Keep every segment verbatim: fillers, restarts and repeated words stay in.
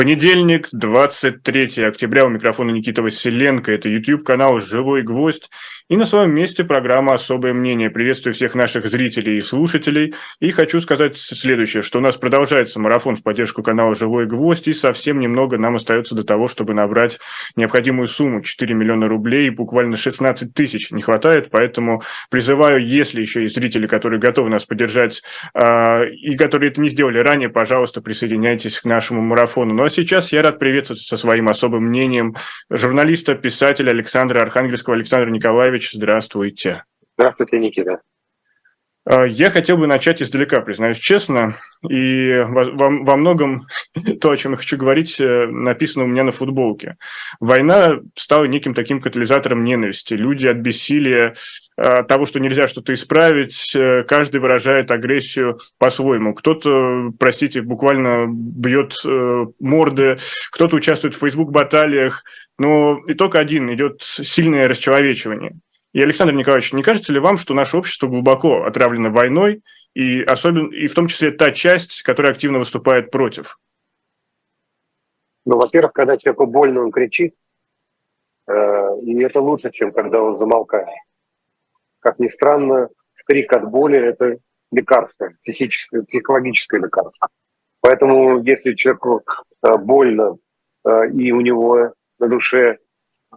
Понедельник, двадцать третьего октября, у микрофона Никита Василенко, это YouTube-канал «Живой гвоздь», и на своем месте программа «Особое мнение». Приветствую всех наших зрителей и слушателей, и хочу сказать следующее, что у нас продолжается марафон в поддержку канала «Живой гвоздь», и совсем немного нам остается до того, чтобы набрать необходимую сумму, четыре миллиона рублей, буквально шестнадцать тысяч не хватает, поэтому призываю, если еще есть зрители, которые готовы нас поддержать, э, и которые это не сделали ранее, пожалуйста, присоединяйтесь к нашему марафону. Ну а сейчас я рад приветствовать со своим особым мнением журналиста, писателя Александра Архангельского. Александр Николаевич, здравствуйте. Здравствуйте, Никита. Я хотел бы начать издалека, признаюсь честно, и во, во многом то, о чем я хочу говорить, написано у меня на футболке. Война стала неким таким катализатором ненависти. Люди от бессилия, от того, что нельзя что-то исправить, каждый выражает агрессию по-своему. Кто-то, простите, буквально бьет морды, кто-то участвует в фейсбук-баталиях, но итог один – идет сильное расчеловечивание. И, Александр Николаевич, не кажется ли вам, что наше общество глубоко отравлено войной, и, особенно, и в том числе та часть, которая активно выступает против? Ну, во-первых, когда человеку больно, он кричит, э, и это лучше, чем когда он замолкает. Как ни странно, крик от боли – это лекарство, психическое, психологическое лекарство. Поэтому, если человеку э, больно, э, и у него на душе э,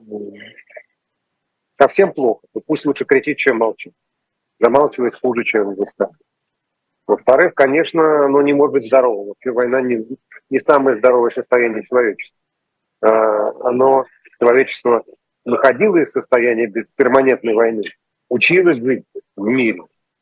совсем плохо, то пусть лучше кричит, чем молчит. Замалчивает хуже, чем высказывает. Во-вторых, конечно, оно не может быть здоровым. Вообще война не, не самое здоровое состояние человечества. А, оно, человечество выходило из состояния перманентной войны, училось жить в мире.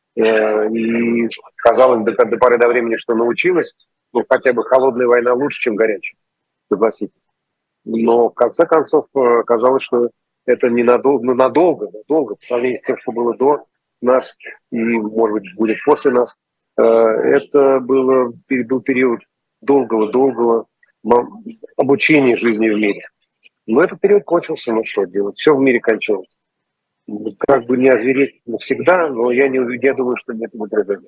И казалось до, до поры до времени, что научилось, ну, хотя бы холодная война лучше, чем горячая, согласитесь. Но в конце концов казалось, что это ненадолго, ну, надолго, надолго, по сравнению с тем, что было до нас и, может быть, будет после нас. Это было, был период долгого-долгого обучения жизни в мире. Но этот период кончился, ну что делать, все в мире кончилось. Как бы не озвереть навсегда, но я, не, я думаю, что нет не произойдет.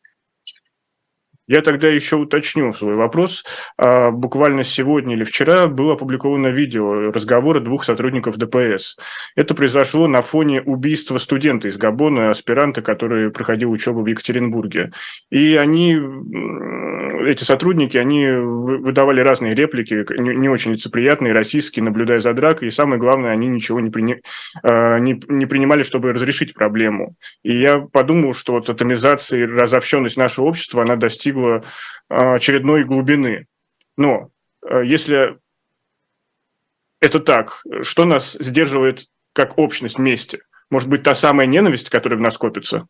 Я тогда еще уточню свой вопрос. Буквально сегодня или вчера было опубликовано видео разговора двух сотрудников ДПС. Это произошло на фоне убийства студента из Габона, аспиранта, который проходил учебу в Екатеринбурге. И они, эти сотрудники, они выдавали разные реплики, не очень лицеприятные, российские, наблюдая за дракой. И самое главное, они ничего не, при... не, не принимали, чтобы разрешить проблему. И я подумал, что вот атомизация и разобщенность нашего общества, она достигла очередной глубины. Но если это так, что нас сдерживает как общность вместе? Может быть, та самая ненависть, которая в нас копится?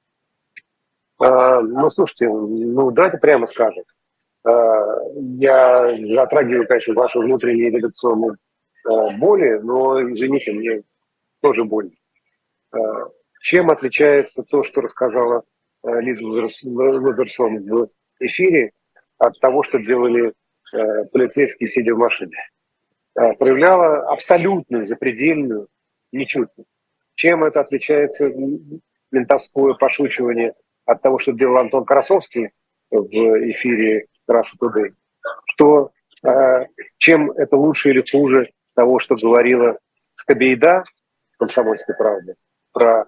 А, ну, слушайте, ну давайте прямо скажем. А, я затрагиваю, конечно, ваши внутренние редакционные а, боли, но, извините, мне тоже больно. А, чем отличается то, что рассказала Лиза Лазерсон в эфире, от того, что делали э, полицейские, сидя в машине? Э, проявляла абсолютную, запредельную нечутность. Чем это отличается ментовское пошучивание от того, что делал Антон Красовский в эфире Russia Today? Что, э, чем это лучше или хуже того, что говорила Скобейда в «Комсомольской правде» про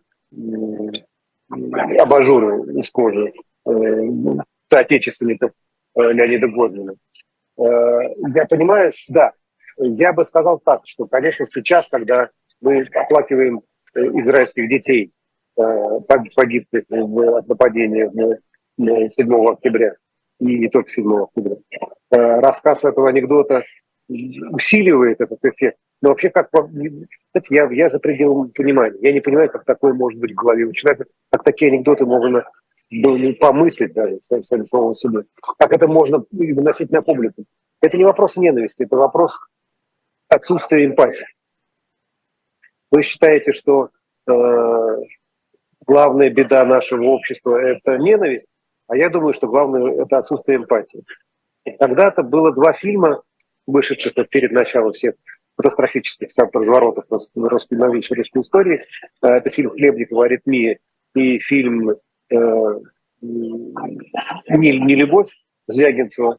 абажуры из кожи э, соотечественников э, Леонида Гозмана. Э, я понимаю, да, я бы сказал так, что, конечно, сейчас, когда мы оплакиваем э, израильских детей, э, погибших от нападения седьмого октября, и не только седьмого октября, э, рассказ этого анекдота усиливает этот эффект. Но вообще, как знаете, я, я за пределом понимания. Я не понимаю, как такое может быть в голове у человека, как такие анекдоты можно ну, помыслить даже сами самого себе. Как это можно выносить на публику. Это не вопрос ненависти, это вопрос отсутствия эмпатии. Вы считаете, что э, главная беда нашего общества – это ненависть, а я думаю, что главное – это отсутствие эмпатии. Когда-то было два фильма, вышедших перед началом всех катастрофических разворотов на русской истории. Это фильм Хлебникова «Аритмия» и фильм э, «Не, не любовь» Звягинцева.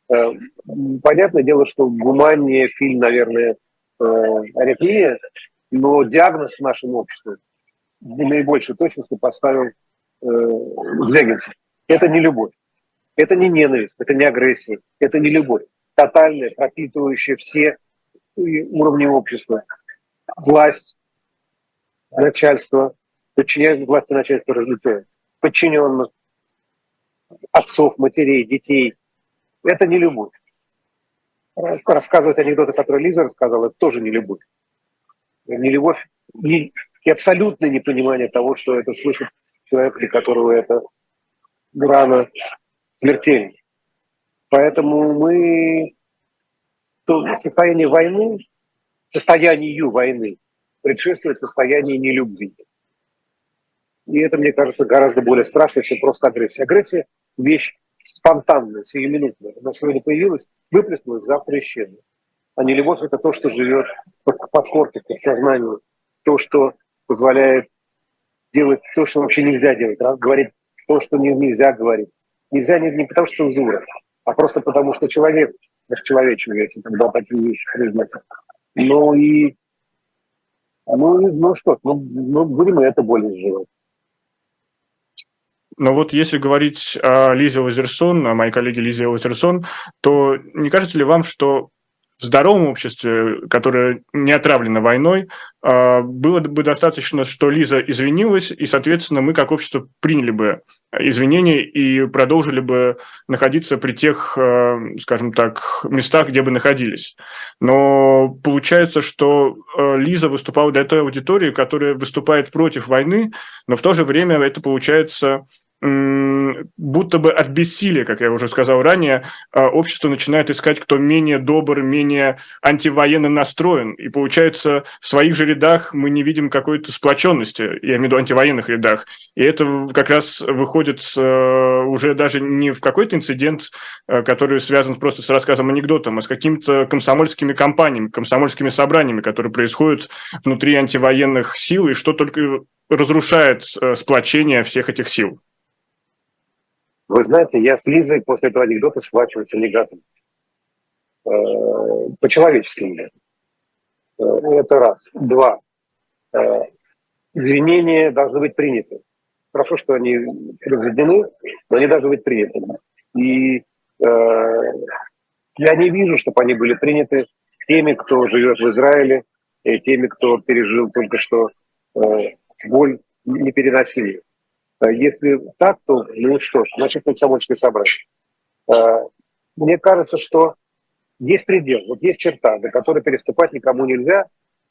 Понятное дело, что гуманнее фильм, наверное, «Аритмия», но диагноз нашему обществу в наибольшей точности поставил Звягинцев. Это не любовь, это не ненависть, это не агрессия, это не любовь. Тотальная, пропитывающая все уровни общества. Власть, начальство, подчиняют власти начальства различают. Подчиненных, отцов, матерей, детей. Это не любовь. Рассказывать анекдоты, которые Лиза рассказала, это тоже не любовь. Не любовь не, и абсолютное непонимание того, что это слышит человек, для которого это рано смертельно. Поэтому мы в состоянии войны, состоянию войны предшествует состояние нелюбви. И это, мне кажется, гораздо более страшно, чем просто агрессия. Агрессия – вещь спонтанная, сиюминутная. Она сегодня появилась, выплеснулась, завтра исчезла. А нелюбовь – это то, что живет под подкорке, под сознанием, то, что позволяет делать то, что вообще нельзя делать, говорить то, что нельзя говорить. Нельзя не, не потому, что цензура, а просто потому, что человек расчеловечивается, когда такие вещи признать. Ну и ну, ну что, ну, ну будем и это более изживать. Но вот если говорить о Лизе Лазерсон, о моей коллеге Лизе Лазерсон, то не кажется ли вам, что в здоровом обществе, которое не отравлено войной, было бы достаточно, что Лиза извинилась, и, соответственно, мы как общество приняли бы извинения и продолжили бы находиться при тех, скажем так, местах, где бы находились. Но получается, что Лиза выступала для той аудитории, которая выступает против войны, но в то же время это получается будто бы от бессилия, как я уже сказал ранее, общество начинает искать, кто менее добр, менее антивоенно настроен. И получается, в своих же рядах мы не видим какой-то сплоченности, я имею в виду антивоенных рядах. И это как раз выходит уже даже не в какой-то инцидент, который связан просто с рассказом анекдотом, а с какими-то комсомольскими кампаниями, комсомольскими собраниями, которые происходят внутри антивоенных сил, и что только разрушает сплочение всех этих сил. Вы знаете, я с Лизой после этого анекдота сплачиваюсь аллигатом. По-человечески. Это раз. Два. Извинения должны быть приняты. Хорошо, что они разведены, но они должны быть приняты. И я не вижу, чтобы они были приняты теми, кто живет в Израиле, и теми, кто пережил только что боль непереносимую. Если так, то, ну что ж, значит, комсомольское собрание. Мне кажется, что есть предел, вот есть черта, за которой переступать никому нельзя.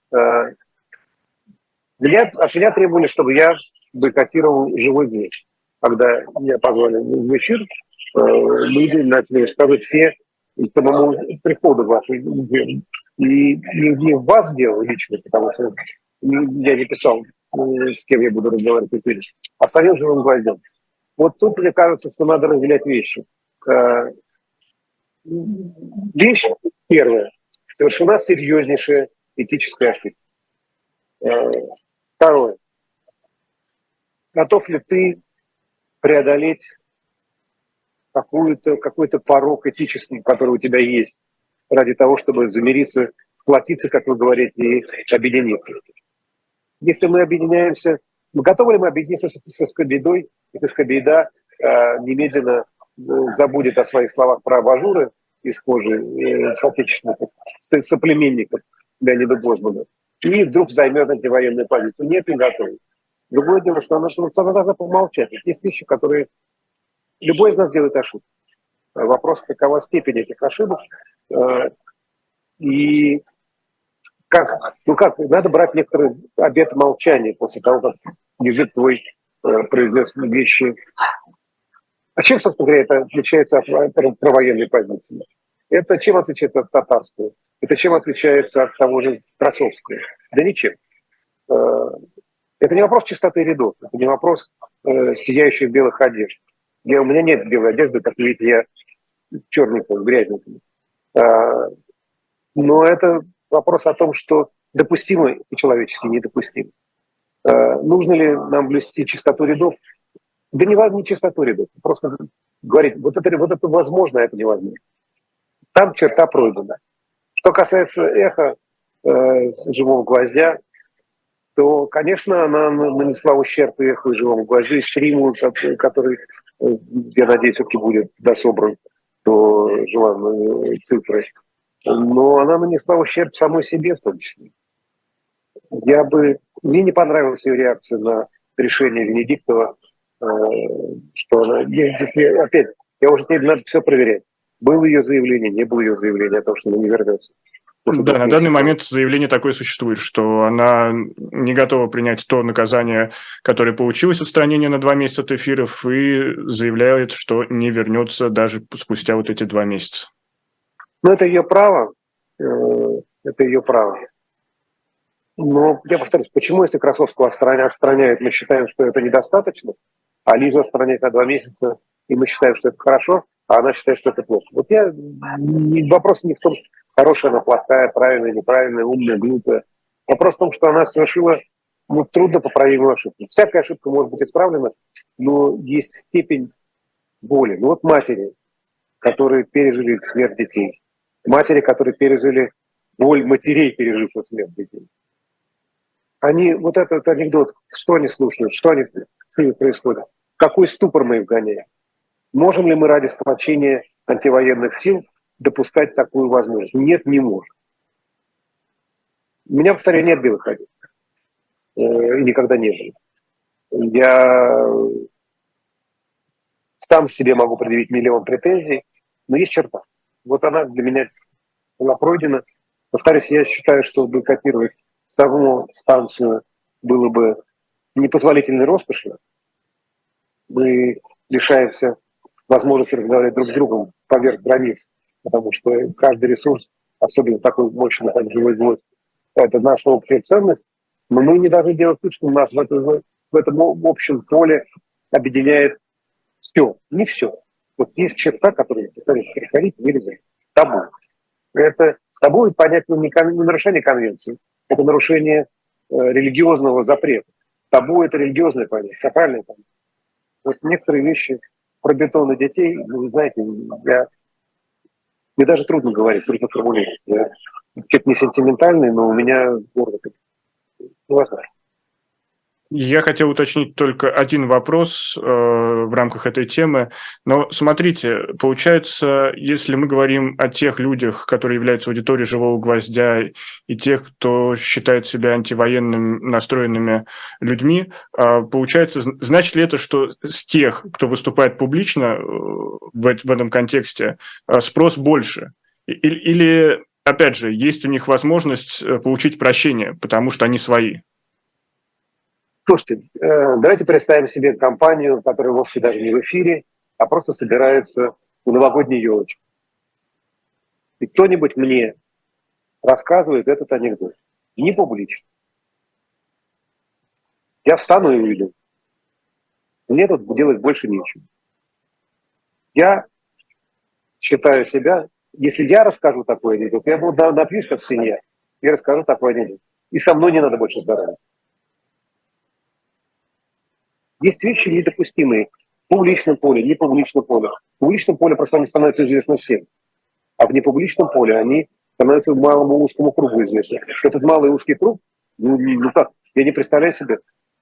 Меня, от меня требовали, чтобы я бойкотировал живой день. Когда меня позвали в эфир, люди начали рассказывать все к самому приходу вашей дела. И не в вас дело лично, потому что я не писал, с кем я буду разговаривать в эфире, а совет живым гвоздем. Вот тут, мне кажется, что надо разделять вещи. Вещь первая. Совершена серьезнейшая этическая ошибка. Второе. Готов ли ты преодолеть какую-то, какой-то порог этический, который у тебя есть, ради того, чтобы замириться, сплотиться, как вы говорите, и объединиться? Если мы объединяемся, мы готовы ли мы объединиться со Скобейдой, и Скобейда э, немедленно забудет о своих словах про абажуры из кожи э, соотечественников, соплеменников Леонида Гозмана, и вдруг займет антивоенную позицию? Нет, не готовы. Другое дело, что она, она должна помолчать. Есть вещи, которые любой из нас делает ошибки. Вопрос, какова степень этих ошибок. Э, и как, ну как, надо брать некоторый обет молчания после того, как язык твой э, произнес вещи. А чем, собственно говоря, это отличается от провоенной позиции? Это чем отличается от татарской? Это чем отличается от того же Красовского? Да ничем. Э, это не вопрос чистоты рядов, это не вопрос э, сияющих белых одежд. Я, у меня нет белой одежды, как видите, я черненький, грязненький. Э, но это вопрос о том, что допустимо и человечески недопустимо. Э, нужно ли нам блюсти чистоту рядов? Да не важно не чистоту рядов, просто говорить, вот это, вот это возможно, а это невозможно. Там черта пройдена. Что касается эхо э, живого гвоздя, то, конечно, она нанесла ущерб и эху, и живому гвоздю, и стриму, который, я надеюсь, все-таки будет дособран до желанной цифры. Но она нанесла ущерб самой себе в том числе. Я бы... Мне не понравилась ее реакция на решение Венедиктова, э, что она... Если, опять, я уже теперь надо все проверять. Было ее заявление, не было ее заявление о том, что она не вернется. Да, на данный момент заявление такое существует, что она не готова принять то наказание, которое получилось отстранение на два месяца от эфиров, и заявляет, что не вернется даже спустя вот эти два месяца. Ну, это ее право. Это ее право. Но я повторюсь, почему, если Красовского отстраняют, мы считаем, что это недостаточно, а Лизу отстраняют на два месяца, и мы считаем, что это хорошо, а она считает, что это плохо. Вот я... Вопрос не в том, хорошая она, плохая, правильная, неправильная, умная, глупая. Вопрос в том, что она совершила ну, труднопоправимую ошибку. Всякая ошибка может быть исправлена, но есть степень боли. Ну вот матери, которые пережили смерть детей, матери, которые пережили боль матерей, переживших смерть детей. Они, вот этот анекдот, что они слушают, что они, с ними происходит, какой ступор мы их гоняем. Можем ли мы ради сплочения антивоенных сил допускать такую возможность? Нет, не можем. У меня, повторяю, нет белых одежд. И никогда не было. Я сам себе могу предъявить миллион претензий, но есть черта. Вот она для меня была пройдена. Повторюсь, я считаю, что бойкотировать саму станцию было бы непозволительной роскошью. Мы лишаемся возможности разговаривать друг с другом поверх границ, потому что каждый ресурс, особенно такой мощный, как живой гвоздь, это наша общая ценность, но мы не должны делать вид, что у нас в этом, в этом общем поле объединяет все. Не все. Вот есть черта, которую переходить нельзя. Табу. Это табу, понятно, не, кон, не нарушение конвенции, это нарушение э, религиозного запрета. Табу – это религиозное понятие, сакральное понятие. Вот некоторые вещи про бетон и детей, вы знаете, я, мне даже трудно говорить, трудно формулировать. Я чуть не сентиментальный, но у меня горло невозможно. Я хотел уточнить только один вопрос э, в рамках этой темы. Но смотрите, получается, если мы говорим о тех людях, которые являются аудиторией «Живого гвоздя», и тех, кто считает себя антивоенными настроенными людьми, э, получается, значит ли это, что с тех, кто выступает публично э, в, в этом контексте, э, спрос больше? Или, или, опять же, есть у них возможность получить прощение, потому что они свои? Слушайте, давайте представим себе компанию, которая вовсе даже не в эфире, а просто собирается в новогодней елочке. И кто-нибудь мне рассказывает этот анекдот. Не публично. Я встану и уйду. Мне тут делать больше нечего. Я считаю себя, если я расскажу такой анекдот, я буду напьюсь как свинья, и расскажу такой анекдот. И со мной не надо больше здороваться. Есть вещи недопустимые в публичном поле, не в публичном поле. В публичном поле просто они становятся известны всем. А в непубличном поле они становятся малому узкому кругу известны. Этот малый узкий круг, ну, ну как, я не представляю себе.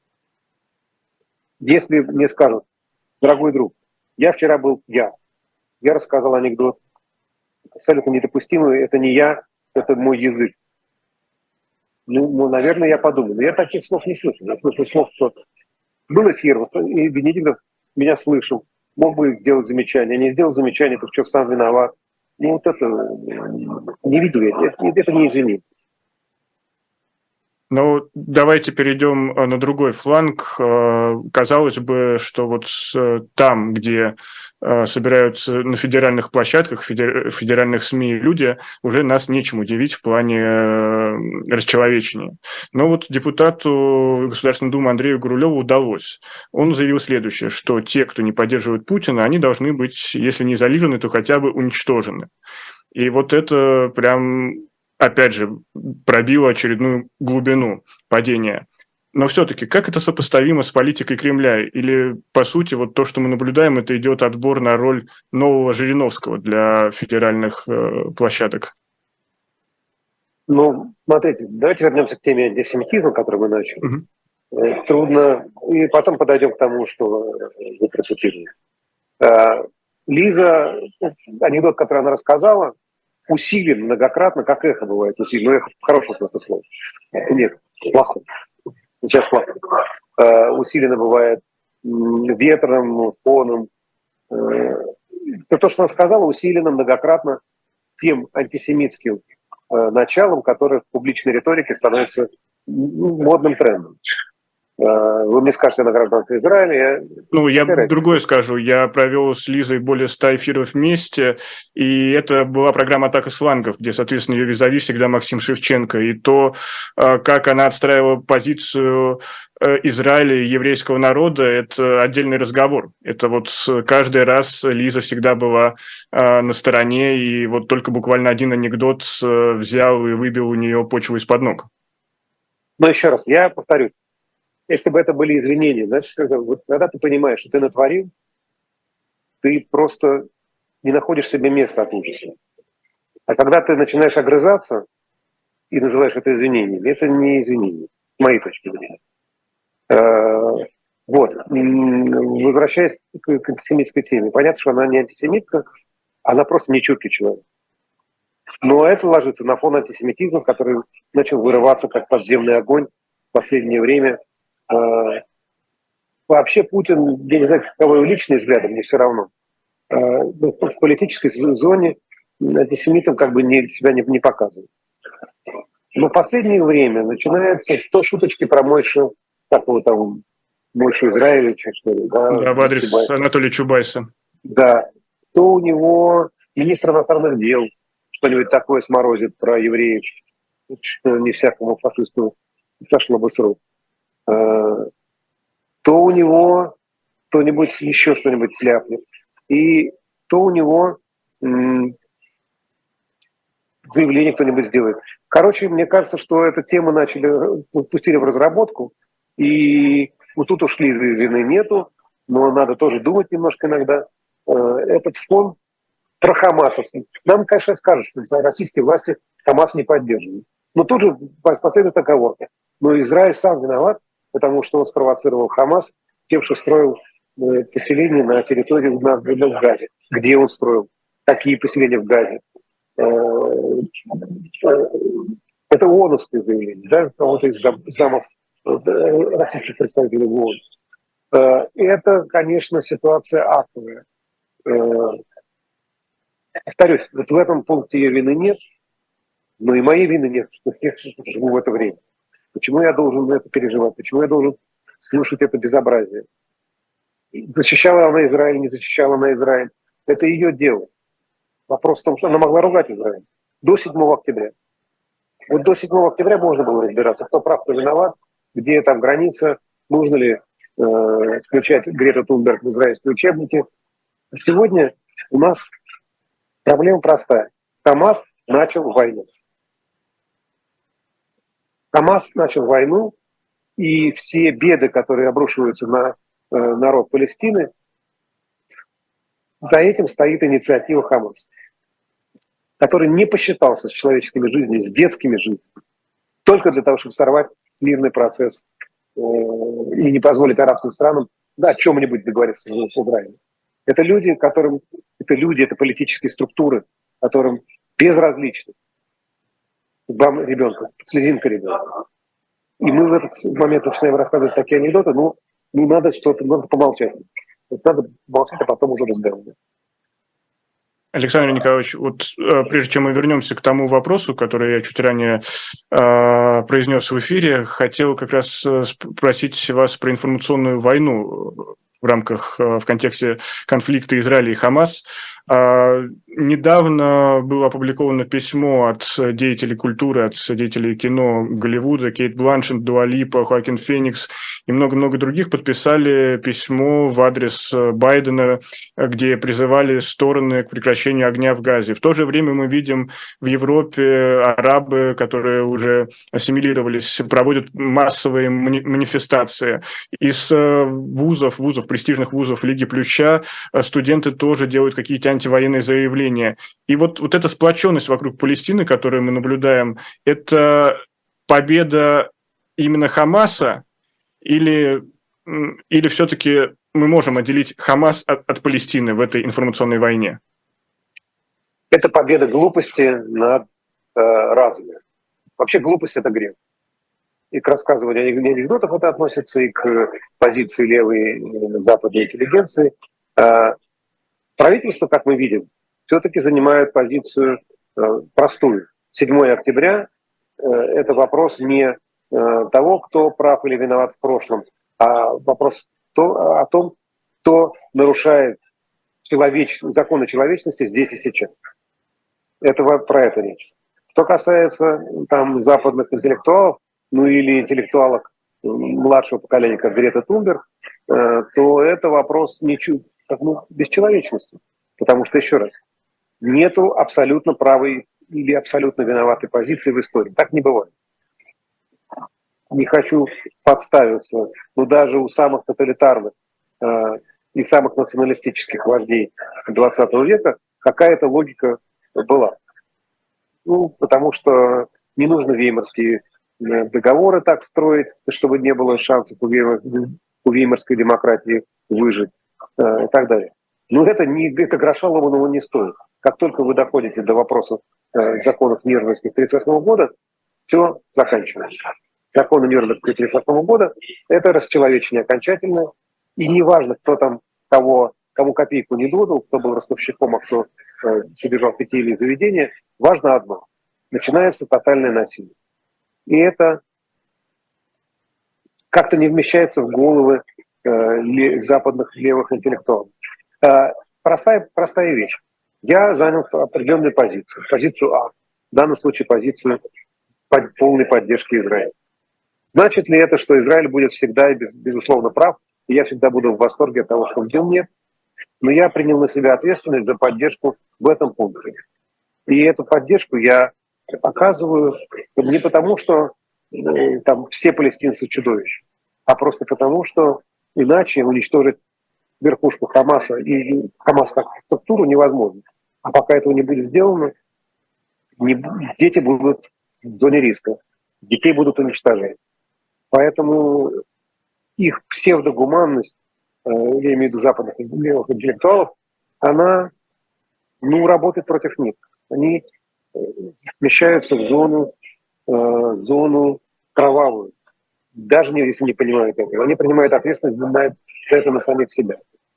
Если мне скажут, дорогой друг, я вчера был я, я рассказал анекдот, абсолютно недопустимый, это не я, это мой язык. Ну, наверное, я подумаю. Но я таких слов не слышу. Я слышу слов, что был эфир, и Венедиктов меня слышал, мог бы сделать замечание. Не сделал замечание, то что сам виноват. Ну вот это не виду я, это, это не извини. Ну, давайте перейдем на другой фланг. Казалось бы, что вот там, где собираются на федеральных площадках, федеральных СМИ люди, уже нас нечем удивить в плане расчеловечения. Но вот депутату Государственной Думы Андрею Гурулеву удалось. Он заявил следующее, что те, кто не поддерживает Путина, они должны быть, если не изолированы, то хотя бы уничтожены. И вот это прям... опять же, пробило очередную глубину падения. Но все-таки, как это сопоставимо с политикой Кремля? Или, по сути, вот то, что мы наблюдаем, это идет отбор на роль нового Жириновского для федеральных э, площадок? Ну, смотрите, давайте вернемся к теме антисемитизма, которую мы начали. Угу. Трудно. И потом подойдем к тому, что вы процитировали. Лиза, анекдот, который она рассказала, усилен многократно, как эхо бывает усилен. Ну, эхо в хорошем смысле слова. Нет, плохо. Сейчас плохо. Усиленно бывает ветром, фоном. То, что она сказала, усилено многократно тем антисемитским началом, которое в публичной риторике становится модным трендом. Вы мне скажете, на гражданстве Израиля. Я... Ну, я другое скажу. Я провел с Лизой более ста эфиров вместе, и это была программа «Атака с флангов», где, соответственно, ее визави всегда Максим Шевченко. И то, как она отстраивала позицию Израиля и еврейского народа, это отдельный разговор. Это вот каждый раз Лиза всегда была на стороне, и вот только буквально один анекдот взял и выбил у нее почву из-под ног. Но еще раз, я повторюсь. Если бы это были извинения, знаешь, когда, вот, когда ты понимаешь, что ты натворил, ты просто не находишь себе места от ужаса. А когда ты начинаешь огрызаться и называешь это извинением, это не извинение, с моей точки зрения. Э-э- вот. Возвращаясь к антисемитской теме, понятно, что она не антисемитка, она просто не чуткий человек. Но это ложится на фон антисемитизма, который начал вырываться как подземный огонь в последнее время. Вообще Путин, я не знаю, каковы его личные взгляды, мне все равно. В политической зоне антисемитом как бы не, себя не, не показывает. Но в последнее время начинается то шуточки про Мойшу, такого там, Мойшу Израилевича, что ли. Да, да, в адрес Чубайса. Анатолия Чубайса. Да. То у него министр иностранных дел что-нибудь такое сморозит про евреев, что не всякому фашисту сошло бы с рук. То у него кто-нибудь еще что-нибудь ляпнет. И то у него м- заявление кто-нибудь сделает. Короче, мне кажется, что эту тему начали, пустили в разработку, и вот тут ушли, вины нету, но надо тоже думать немножко иногда. Этот фон про хамасовский. Нам, конечно, скажут, что российские власти Хамас не поддерживают. Но тут же последует оговорка. Но Израиль сам виноват, потому что он спровоцировал Хамас тем, что строил поселения на территории на, в Газе. Где он строил? Какие поселения в Газе? Это ООНовское заявление, да, кого-то из замов российских представителей в ООН. Это, конечно, ситуация актовая. Повторюсь, вот в этом пункте ее вины нет, но и моей вины нет, что я живу в это время. Почему я должен это переживать? Почему я должен слушать это безобразие? Защищала она Израиль, не защищала она Израиль. Это ее дело. Вопрос в том, что она могла ругать Израиль до седьмого октября. Вот до седьмого октября можно было разбираться, кто прав, кто виноват, где там граница, нужно ли э, включать Грету Тунберг в израильские учебники. Сегодня у нас проблема простая. Хамас начал войну. Хамас начал войну, и все беды, которые обрушиваются на э, народ Палестины, за этим стоит инициатива Хамас, который не посчитался с человеческими жизнями, с детскими жизнями, только для того, чтобы сорвать мирный процесс э, и не позволить арабским странам да, о чем-нибудь договориться с Израилем. Это люди, которым, это люди, это политические структуры, которым безразлично судьба ребенка, слезинка ребенка. И мы в этот момент начинаем рассказывать такие анекдоты, ну, ну надо что-то, надо помолчать. Вот надо молчать, а потом уже разговаривать. Александр Николаевич, вот э, прежде чем мы вернемся к тому вопросу, который я чуть ранее э, произнес в эфире, хотел как раз спросить вас про информационную войну в рамках, в контексте конфликта Израиля и Хамас. Недавно было опубликовано письмо от деятелей культуры, от деятелей кино Голливуда, Кейт Бланшетт, Дуа Липа, Хоакин Феникс и много-много других подписали письмо в адрес Байдена, где призывали стороны к прекращению огня в Газе. В то же время мы видим в Европе арабы, которые уже ассимилировались, проводят массовые манифестации. Из вузов, вузов, престижных вузов Лиги Плюща студенты тоже делают какие-то антивоенные заявления. И вот, вот эта сплоченность вокруг Палестины, которую мы наблюдаем, это победа именно Хамаса или, или все-таки мы можем отделить Хамас от, от Палестины в этой информационной войне? Это победа глупости над э, разумом. Вообще глупость – это грех. И к рассказыванию анекдотов это относится, и к позиции левой западной интеллигенции. Правительство, как мы видим, все-таки занимает позицию простую. седьмое октября – это вопрос не того, кто прав или виноват в прошлом, а вопрос то, о том, кто нарушает человеч... законы человечности здесь и сейчас. Это про это речь. Что касается там западных интеллектуалов, ну или интеллектуалок младшего поколения, как Грета Тунберг, то это вопрос ничуть, ну, бесчеловечности. Потому что, еще раз, нету абсолютно правой или абсолютно виноватой позиции в истории. Так не бывает. Не хочу подставиться, но даже у самых тоталитарных э, и самых националистических вождей двадцатого века какая-то логика была. Ну, потому что не нужно веймарские договоры так строить, чтобы не было шансов у, веймар, у веймарской демократии выжить э, и так далее. Но это, не, это гроша ломаного не стоит. Как только вы доходите до вопросов э, законов Нюрнбергских тридцать восьмого года, все заканчивается. Законы Нюрнбергских тридцать восьмого года – это расчеловечение окончательное. И неважно, кто там кого, кому копейку не додал, кто был ростовщиком, а кто э, содержал питейные заведения, важно одно – начинается тотальное насилие. И это как-то не вмещается в головы э, западных левых интеллектуалов. Э, простая, простая вещь. Я занял определенную позицию. Позицию А. В данном случае позицию под, полной поддержки Израиля. Значит ли это, что Израиль будет всегда и без, безусловно прав, и я всегда буду в восторге от того, что он делал? Нет. Но я принял на себя ответственность за поддержку в этом пункте. И эту поддержку я оказываю не потому, что э, там все палестинцы чудовища, а просто потому, что иначе уничтожить верхушку Хамаса и Хамас как структуру невозможно. А пока этого не будет сделано, не, дети будут в зоне риска, детей будут уничтожать. Поэтому их псевдогуманность, э, я имею в виду западных левых интеллектуалов, она ну, работает против них. Они смещаются в зону, э, в зону кровавую. Даже не, если не понимают этого. Они принимают ответственность за это на самих себя.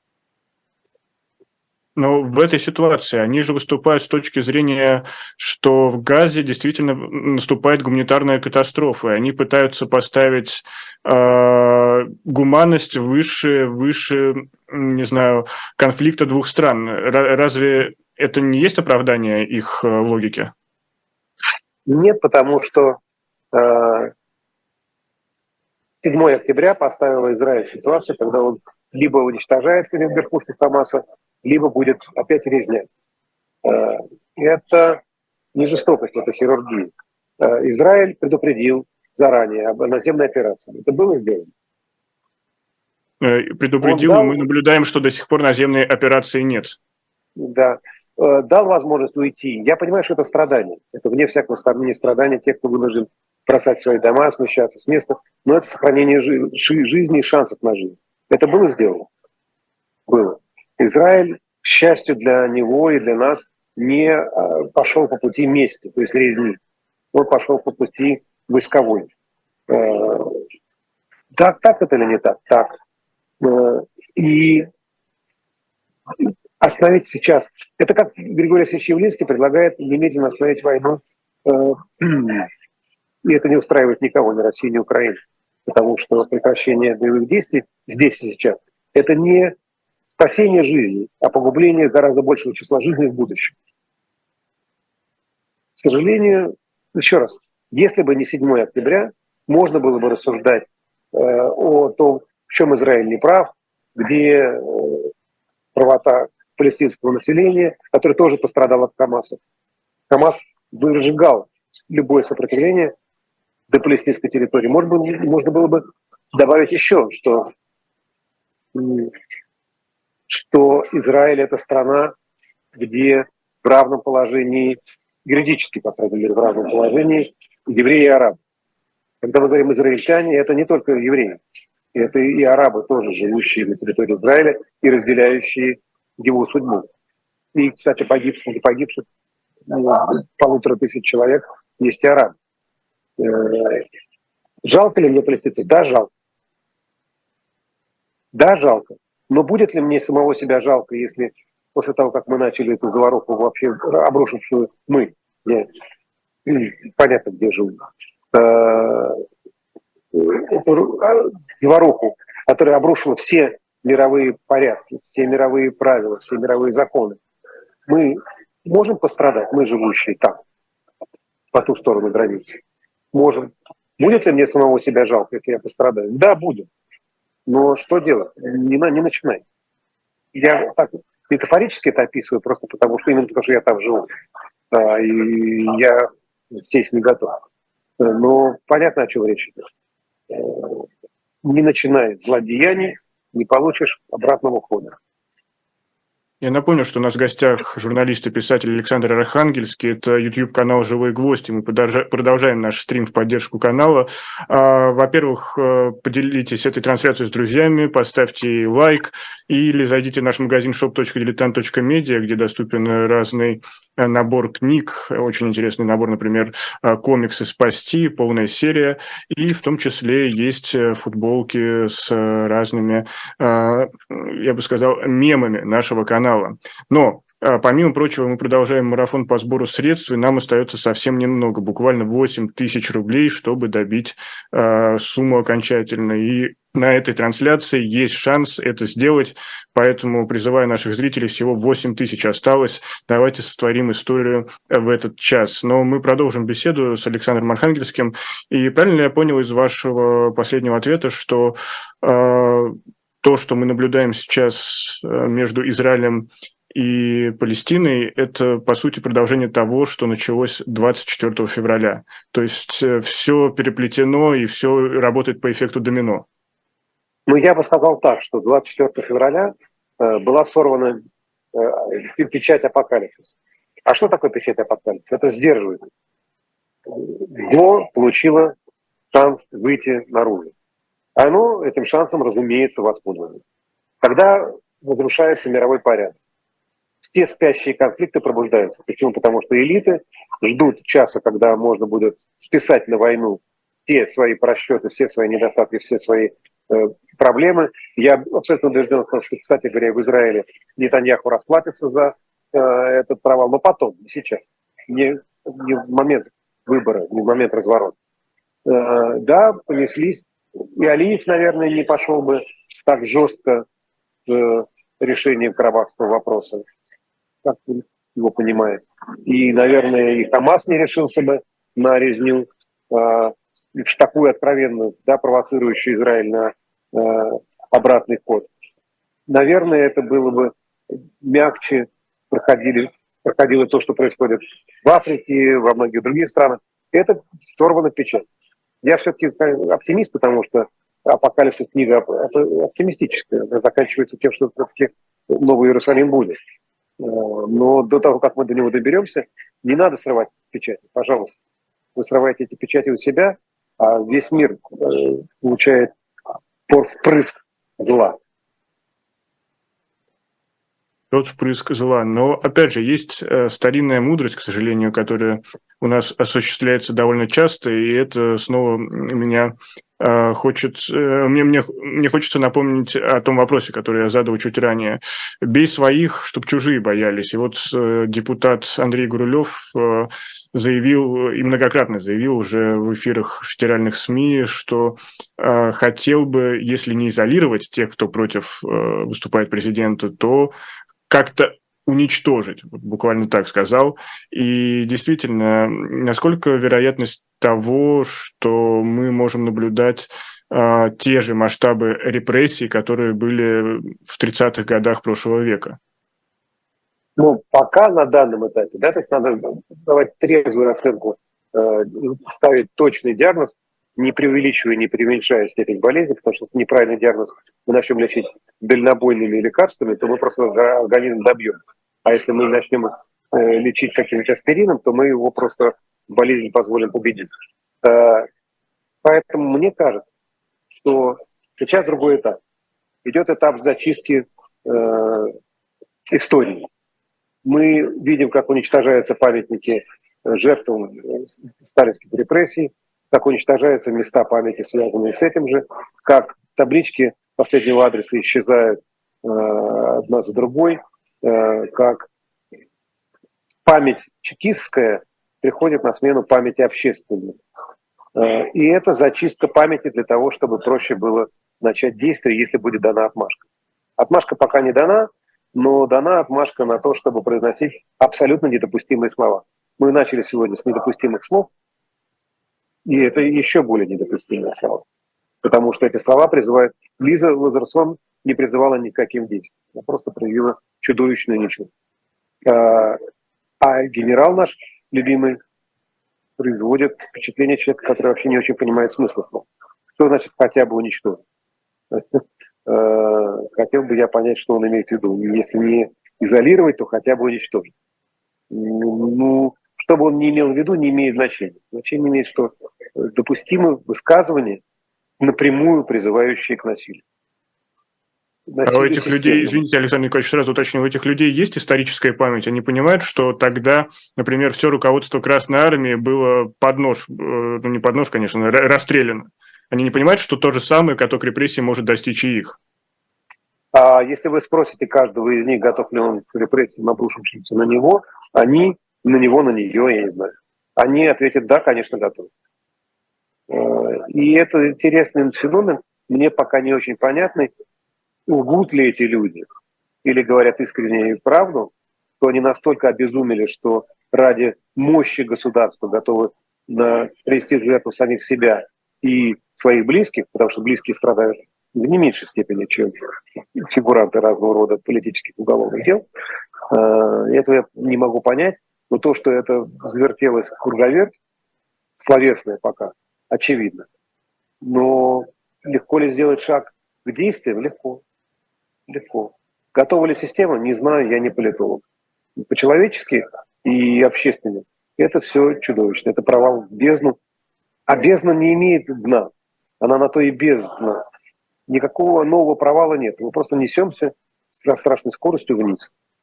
Но в этой ситуации они же выступают с точки зрения, что в Газе действительно наступает гуманитарная катастрофа. И они пытаются поставить э, гуманность выше, выше, не знаю, конфликта двух стран. Разве это не есть оправдание их логики? Нет, потому что э, седьмое октября поставило Израиль в ситуацию, когда он либо уничтожает верхушку Хамаса, либо будет опять резня. Э, это не жестокость, это хирургия. Э, Израиль предупредил заранее об наземной операции. Это было сделано? Предупредил, дал... мы наблюдаем, что до сих пор наземной операции нет. Да. Дал возможность уйти. Я понимаю, что это страдание. Это вне всякого сомнения страдания тех, кто вынужден бросать свои дома, смещаться с места. Но это сохранение жи- жизни и шансов на жизнь. Это было сделано? Было. Израиль, к счастью для него и для нас, не пошел по пути мести, то есть резни. Он пошел по пути войсковой. Так, так это или не так? Так. И остановить сейчас. Это как Григорий Алексеевич Явлинский предлагает немедленно остановить войну. И это не устраивает никого, ни России, ни Украины. Потому что прекращение боевых действий здесь и сейчас – Это не спасение жизни, а погубление гораздо большего числа жизней в будущем. К сожалению, еще раз, если бы не седьмое октября, можно было бы рассуждать э, о том, в чем Израиль не прав, где э, правота палестинского населения, которое тоже пострадало от Хамаса. Хамас выжигал любое сопротивление до палестинской территории. Может быть, можно было бы добавить еще, что, что Израиль – это страна, где в равном положении, юридически, по крайней мере, в равном положении евреи и арабы. Когда мы говорим израильтяне, это не только евреи, это и арабы тоже, живущие на территории Израиля и разделяющие его судьбу. И, кстати, погибших, не погибших, полутора тысяч человек есть и арабы. Жалко ли мне палестинцев? Да, жалко. Да, жалко. Но будет ли мне самого себя жалко, если после того, как мы начали эту заваруху, вообще обрушившую мы, я, понятно, где живу, эту заваруху, которая обрушила все мировые порядки, все мировые правила, все мировые законы, мы можем пострадать, мы, живущие там, по ту сторону границы? Можем. Будет ли мне самого себя жалко, если я пострадаю? Да, будет. Но что делать? Не, не начинай. Я так метафорически это описываю, просто потому что именно потому, что я там живу. А, и я здесь не готов. Но понятно, о чем речь идет. Не начинай злодеяний, не получишь обратного хода. Я напомню, что у нас в гостях журналист и писатель Александр Архангельский. Это YouTube-канал «Живой гвоздь», и мы продолжаем наш стрим в поддержку канала. Во-первых, поделитесь этой трансляцией с друзьями, поставьте лайк, или зайдите в наш магазин шоп точка дилетант точка медиа, где доступен разный набор книг, очень интересный набор, например, комиксы «Спасти», полная серия, и в том числе есть футболки с разными, я бы сказал, мемами нашего канала. Но, помимо прочего, мы продолжаем марафон по сбору средств, и нам остается совсем немного, буквально восемь тысяч рублей, чтобы добить э, сумму окончательно. И на этой трансляции есть шанс это сделать, поэтому призываю наших зрителей, всего восемь тысяч осталось. Давайте сотворим историю в этот час. Но мы продолжим беседу с Александром Архангельским. И правильно я понял из вашего последнего ответа, что э, то, что мы наблюдаем сейчас между Израилем и Палестиной, это, по сути, продолжение того, что началось двадцать четвёртого февраля. То есть все переплетено и все работает по эффекту домино. Ну, я бы сказал так, что двадцать четвёртого февраля э, была сорвана э, печать апокалипсиса. А что такое печать апокалипсиса? Это сдерживает. Зло получило шанс выйти наружу. Оно этим шансом, разумеется, воспользуется. Тогда разрушается мировой порядок. Все спящие конфликты пробуждаются. Почему? Потому что элиты ждут часа, когда можно будет списать на войну все свои просчеты, все свои недостатки, все свои э, проблемы. Я абсолютно убежден в том, что, кстати говоря, в Израиле Нетаньяху расплатится за э, этот провал, но потом, не сейчас, не, не в момент выбора, не в момент разворота. Э, да, понеслись. И Алиев, наверное, не пошел бы так жестко с решением карабахского вопроса, как его понимает. И, наверное, и Хамас не решился бы на резню, э, такую откровенную, да, провоцирующую Израиль на э, обратный ход. Наверное, это было бы мягче, проходили, проходило то, что происходит в Африке, во многих других странах. Это сорвано печать. Я все-таки оптимист, потому что «Апокалипсис» книга оптимистическая. Она заканчивается тем, что все-таки Новый Иерусалим будет. Но до того, как мы до него доберемся, не надо срывать печати, пожалуйста. Вы срываете эти печати у себя, а весь мир получает впрыск зла. Тот впрыск зла. Но, опять же, есть старинная мудрость, к сожалению, которая у нас осуществляется довольно часто, и это снова меня хочет, мне, мне, мне хочется напомнить о том вопросе, который я задал чуть ранее. Бей своих, чтобы чужие боялись. И вот депутат Андрей Гурулев заявил, и многократно заявил уже в эфирах федеральных СМИ, что хотел бы, если не изолировать тех, кто против выступает президента, то как-то уничтожить, буквально так сказал. И действительно, насколько вероятность того, что мы можем наблюдать а, те же масштабы репрессий, которые были в тридцатых годах прошлого века? Ну, пока на данном этапе, да, то есть надо давать трезвую оценку, э, ставить точный диагноз, не преувеличивая, не преуменьшая степень болезни, потому что если неправильный диагноз мы начнем лечить дальнобойными лекарствами, то мы просто организм добьем. А если мы начнем э, лечить каким-нибудь аспирином, то мы его просто болезнь позволим победить. Э, поэтому мне кажется, что сейчас другой этап. Идет этап зачистки э, истории. Мы видим, как уничтожаются памятники жертвам сталинских репрессий, как уничтожаются места памяти, связанные с этим же, как таблички последнего адреса исчезают э, одна за другой, э, как память чекистская приходит на смену памяти общественной. Э, и это зачистка памяти для того, чтобы проще было начать действие, если будет дана отмашка. Отмашка пока не дана, но дана отмашка на то, чтобы произносить абсолютно недопустимые слова. Мы начали сегодня с недопустимых слов, и это еще более недопустимые слова. Потому что эти слова призывают... Лиза Лазерсон не призывала ни к каким действиям. Она просто проявила чудовищную ничего. А, а генерал наш любимый производит впечатление человека, который вообще не очень понимает смысла слов. Что значит хотя бы уничтожить? Хотел бы я понять, что он имеет в виду. Если не изолировать, то хотя бы уничтожить. Ну, что бы он не имел в виду, не имеет значения. Значение имеет, что допустимы высказывания, напрямую призывающие к насилию. Насилие а у этих системно. людей, извините, Александр Николаевич, сразу уточню, у этих людей есть историческая память? Они понимают, что тогда, например, все руководство Красной Армии было под нож, ну не под нож, конечно, расстреляно. Они не понимают, что то же самое каток репрессий может достичь и их? А если вы спросите каждого из них, готов ли он к репрессиям, обрушившимся на него, они на него, на нее, я не знаю. Они ответят, да, конечно, готовы. И это интересный феномен, мне пока не очень понятный. Лгут ли эти люди или говорят искреннюю правду, что они настолько обезумели, что ради мощи государства готовы на, привести в жертву самих себя и своих близких, потому что близкие страдают в не меньшей степени, чем фигуранты разного рода политических уголовных дел. Этого я не могу понять, но то, что это завертелось в круговерть, словесное пока, очевидно. Но легко ли сделать шаг к действиям? Легко. Легко. Готова ли система? Не знаю, я не политолог. По-человечески и общественно это все чудовищно. Это провал в бездну. А бездна не имеет дна. Она на то и без дна. Никакого нового провала нет. Мы просто несемся со страшной скоростью вниз.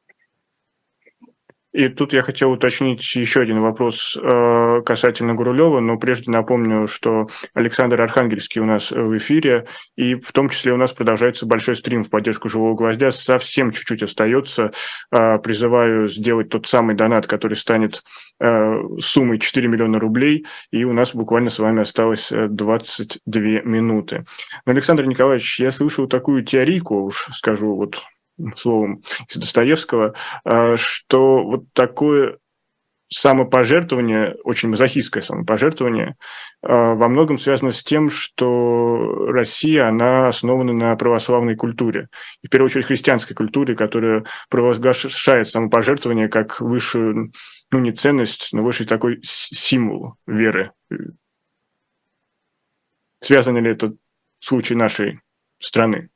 И тут я хотел уточнить еще один вопрос э, касательно Гурулева, но прежде напомню, что Александр Архангельский у нас в эфире, и в том числе у нас продолжается большой стрим в поддержку «Живого гвоздя». Совсем чуть-чуть остается. Э, призываю сделать тот самый донат, который станет э, суммой четыре миллиона рублей, и у нас буквально с вами осталось двадцать две минуты. Но, Александр Николаевич, я слышал такую теорийку, уж скажу вот словом из Достоевского, что вот такое самопожертвование, очень мазохистское самопожертвование, во многом связано с тем, что Россия, она основана на православной культуре, и в первую очередь христианской культуре, которая провозглашает самопожертвование как высшую, ну не ценность, но высший такой символ веры. Связано ли это в случае нашей страны?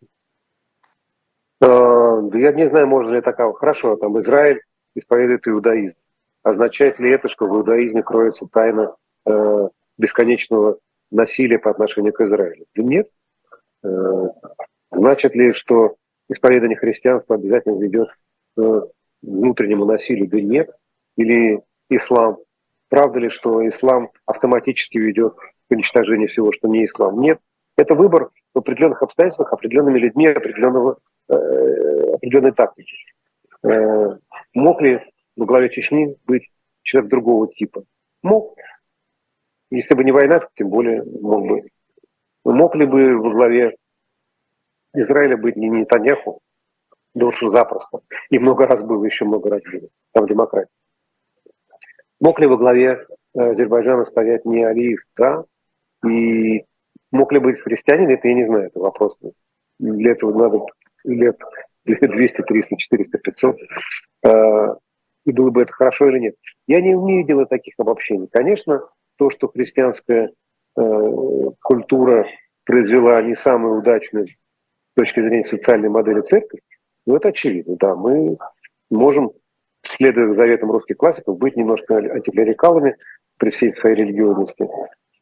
Я не знаю, можно ли такого. Хорошо, там Израиль исповедует иудаизм. Означает ли это, что в иудаизме кроется тайна э, бесконечного насилия по отношению к Израилю? Нет. Э, значит ли, что исповедание христианства обязательно ведет к внутреннему насилию? Да нет. Или ислам? Правда ли, что ислам автоматически ведет к уничтожению всего, что не ислам? Нет. Это выбор в определенных обстоятельствах, определенными людьми, определенного, э, определенной тактики. Э, мог ли во главе Чечни быть человек другого типа? Мог. Если бы не война, то тем более мог бы. Мог ли бы во главе Израиля быть не Нетаньяху? Да уж запросто. И много раз было, еще много раз было. Там демократия. Мог ли во главе Азербайджана стоять не Алиев? Да. И мог ли быть христианин? Это я не знаю, это вопрос. Для этого надо лет двести, триста, четыреста, пятьсот. И было бы это хорошо или нет. Я не умею делать таких обобщений. Конечно, то, что христианская культура произвела не самую удачную с точки зрения социальной модели церковь, ну, это очевидно, да. Мы можем, следуя заветам русских классиков, быть немножко антиклерикалами при всей своей религиозности.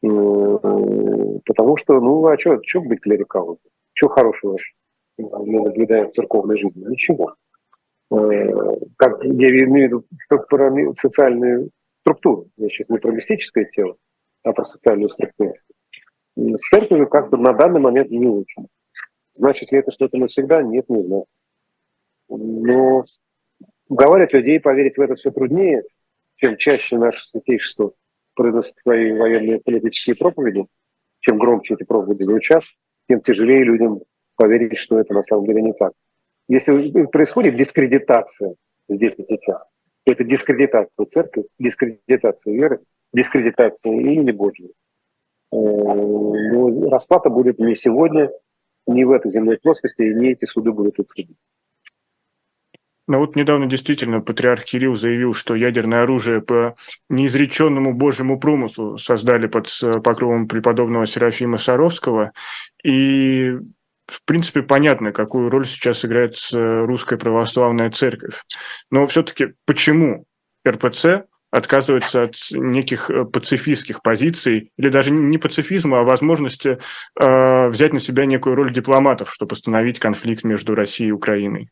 Потому что, ну, а что, что быть клерикалом? Что хорошего мы наблюдаем в церковной жизни? Ничего. Как я имею в виду про социальную структуру. Я сейчас не про мистическое тело, а про социальную структуру. С церковью как-то на данный момент не очень. Значит ли это что-то навсегда? Нет, не знаю. Но уговаривать людей поверить в это все труднее, чем чаще наше святейшество произносит свои военные политические проповеди, чем громче эти проповеди звучат, тем тяжелее людям поверить, что это на самом деле не так. Если происходит дискредитация здесь и сейчас, это дискредитация церкви, дискредитация веры, дискредитация имени Божьего. Но расплата будет не сегодня, не в этой земной плоскости, и не эти суды будут отсудить. Но вот недавно действительно патриарх Кирилл заявил, что ядерное оружие по неизреченному Божьему промыслу создали под покровом преподобного Серафима Саровского. И, в принципе, понятно, какую роль сейчас играет русская православная церковь. Но все-таки почему эр пэ цэ отказывается от неких пацифистских позиций, или даже не пацифизма, а возможности э, взять на себя некую роль дипломатов, чтобы остановить конфликт между Россией и Украиной?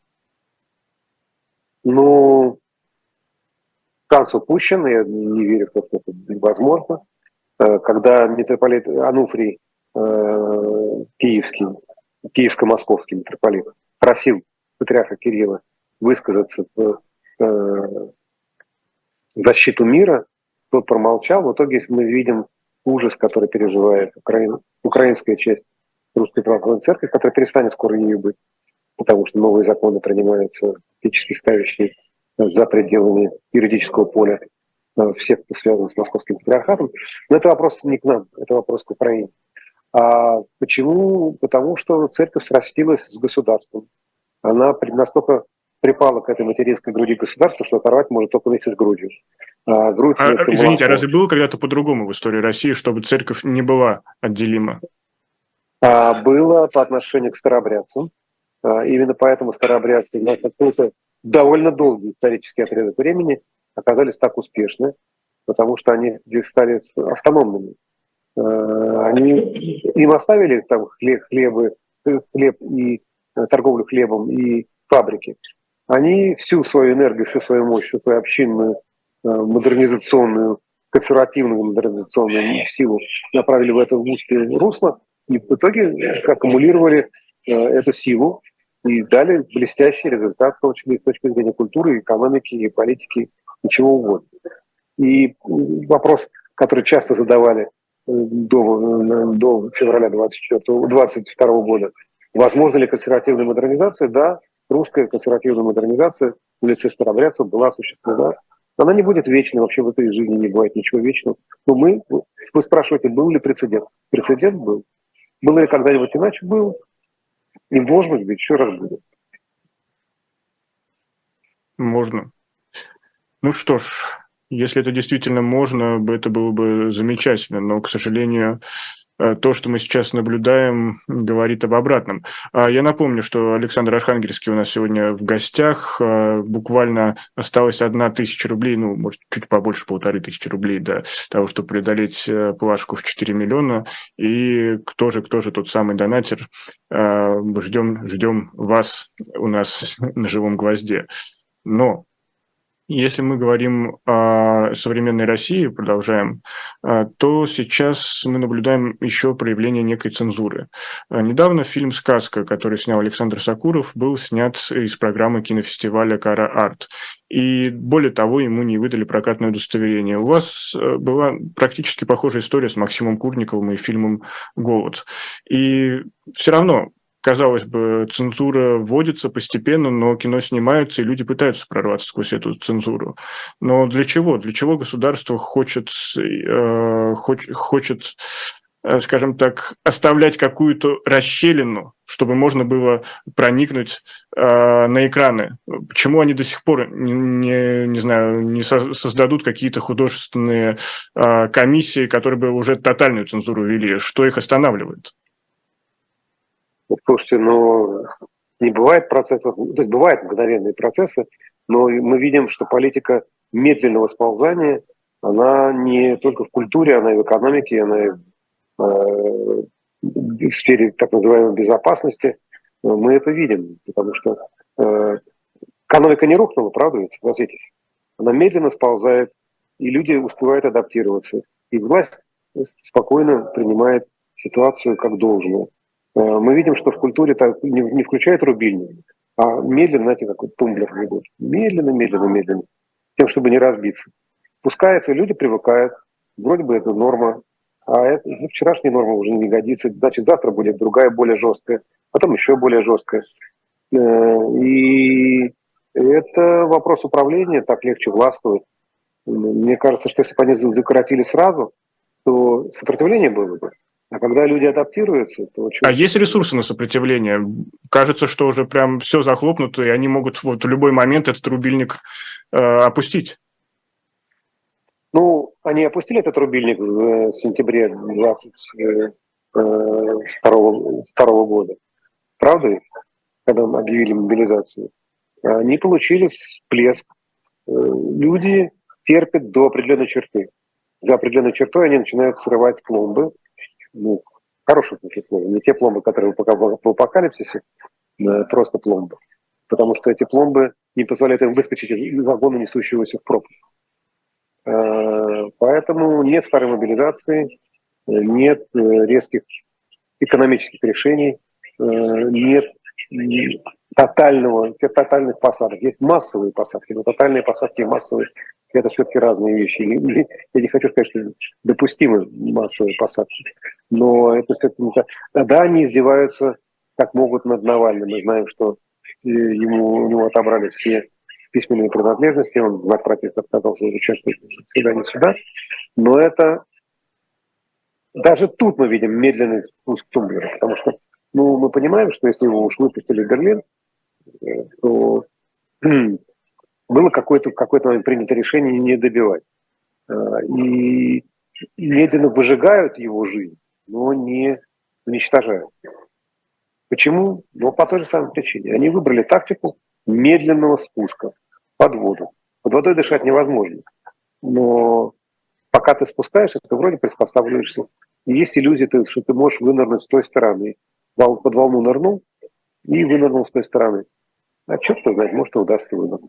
Ну, шанс упущен, я не верю, что это невозможно. Когда митрополит Ануфрий э, Киевский, Киевско-Московский митрополит просил патриарха Кирилла высказаться в э, защиту мира, тот промолчал. В итоге мы видим ужас, который переживает Украина, украинская часть Русской Православной Церкви, которая перестанет скоро ею быть, потому что новые законы принимаются, фактически ставящие за пределами юридического поля всех, кто связан с Московским патриархатом. Но это вопрос не к нам, это вопрос к Украине. А почему? Потому что церковь срастилась с государством. Она настолько припала к этой материнской груди государства, что оторвать может только вместе с грудью. А грудь, а, извините, а разве было когда-то по-другому в истории России, чтобы церковь не была отделима? А, было по отношению к старообрядцам. А, именно поэтому старообрядцы на какой-то довольно долгий исторический отрезок времени оказались так успешны, потому что они стали автономными. А, они, им оставили там хлеб, хлебы, хлеб и торговлю хлебом и фабрики. Они всю свою энергию, всю свою мощь, всю свою общинную, модернизационную, консервативную модернизационную силу направили в это узкое русло и в итоге аккумулировали эту силу и дали блестящий результат, в том числе с точки зрения культуры, экономики, и политики, и чего угодно. И вопрос, который часто задавали до, до февраля двадцать четвёртого, двадцать второго года, возможно ли консервативная модернизация? Да, русская консервативная модернизация в лице старообрядцев была осуществлена. Она не будет вечной, вообще в этой жизни не бывает ничего вечного. Но мы, вы спрашиваете, был ли прецедент? Прецедент был. Было ли когда-нибудь иначе? Был. И, может быть, еще раз будет. Можно. Ну что ж, если это действительно можно, это было бы замечательно, но, к сожалению, то, что мы сейчас наблюдаем, говорит об обратном. Я напомню, что Александр Архангельский у нас сегодня в гостях. Буквально осталось одна тысяча рублей, ну, может, чуть побольше полторы тысячи рублей до того, чтобы преодолеть плашку в четыре миллиона. И кто же, кто же тот самый донатер? Ждем, ждем вас у нас на живом гвозде. Но Если мы говорим о современной России, продолжаем, то сейчас мы наблюдаем еще проявление некой цензуры. Недавно фильм «Сказка», который снял Александр Сакуров, был снят из программы кинофестиваля «Кара Арт». И более того, ему не выдали прокатное удостоверение. У вас была практически похожая история с Максимом Курниковым и фильмом «Голод». И все равно, казалось бы, цензура вводится постепенно, но кино снимается, и люди пытаются прорваться сквозь эту цензуру. Но для чего? Для чего государство хочет, э, хоч, хочет э, скажем так, оставлять какую-то расщелину, чтобы можно было проникнуть э, на экраны? Почему они до сих пор, не, не, не знаю, не со- создадут какие-то художественные э, комиссии, которые бы уже тотальную цензуру ввели? Что их останавливает? Слушайте, ну, не бывает процессов, то есть бывают мгновенные процессы, но мы видим, что политика медленного сползания, она не только в культуре, она и в экономике, она и в, э, в сфере так называемой безопасности. Мы это видим, потому что э, экономика не рухнула, правда ведь, согласитесь? Она медленно сползает, и люди успевают адаптироваться. И власть спокойно принимает ситуацию как должное. Мы видим, что в культуре так не, не включают рубильник, а медленно, знаете, как вот тумблер ведут. Медленно, медленно, медленно. Тем, чтобы не разбиться. Пускается, люди привыкают. Вроде бы это норма. А это, ну, вчерашняя норма уже не годится. Значит, завтра будет другая, более жесткая. Потом еще более жесткая. И это вопрос управления. Так легче властвовать. Мне кажется, что если бы они закоротили сразу, то сопротивление было бы. А когда люди адаптируются, то... А есть ресурсы на сопротивление? Кажется, что уже прям все захлопнуто, и они могут вот в любой момент этот рубильник э, опустить. Ну, они опустили этот рубильник в сентябре двадцать второго года. Правда? Когда объявили мобилизацию. Они получили всплеск. Люди терпят до определенной черты. За определенной чертой они начинают срывать пломбы. Ну, хорошее смысле, не те пломбы, которые пока в апокалипсисе, просто пломбы. Потому что эти пломбы не позволяют им выскочить из вагона, несущегося в пропасть. Поэтому нет второй мобилизации, нет резких экономических решений, нет тотального, тотальных посадок. Есть массовые посадки, но тотальные посадки и массовые – это все-таки разные вещи. Я не хочу сказать, что допустимы массовые посадки, но это все-таки не так. Да, они издеваются как могут над Навальным. Мы знаем, что ему, у него отобрали все письменные принадлежности, он в знак протеста отказался участвовать в заседании суда, но это даже тут мы видим медленный спуск тумблера, потому что ну, мы понимаем, что если его уж выпустили в Берлин, то было какое-то, в какой-то момент принято решение не добивать. И медленно выжигают его жизнь, но не уничтожают. Почему? Ну, по той же самой причине. Они выбрали тактику медленного спуска под воду. Под водой дышать невозможно. Но пока ты спускаешься, ты вроде приспосабливаешься. И есть иллюзия, что ты можешь вынырнуть с той стороны. Под волну нырнул и вынырнул с той стороны. А черт кто знает, может, и удастся вынырнуть.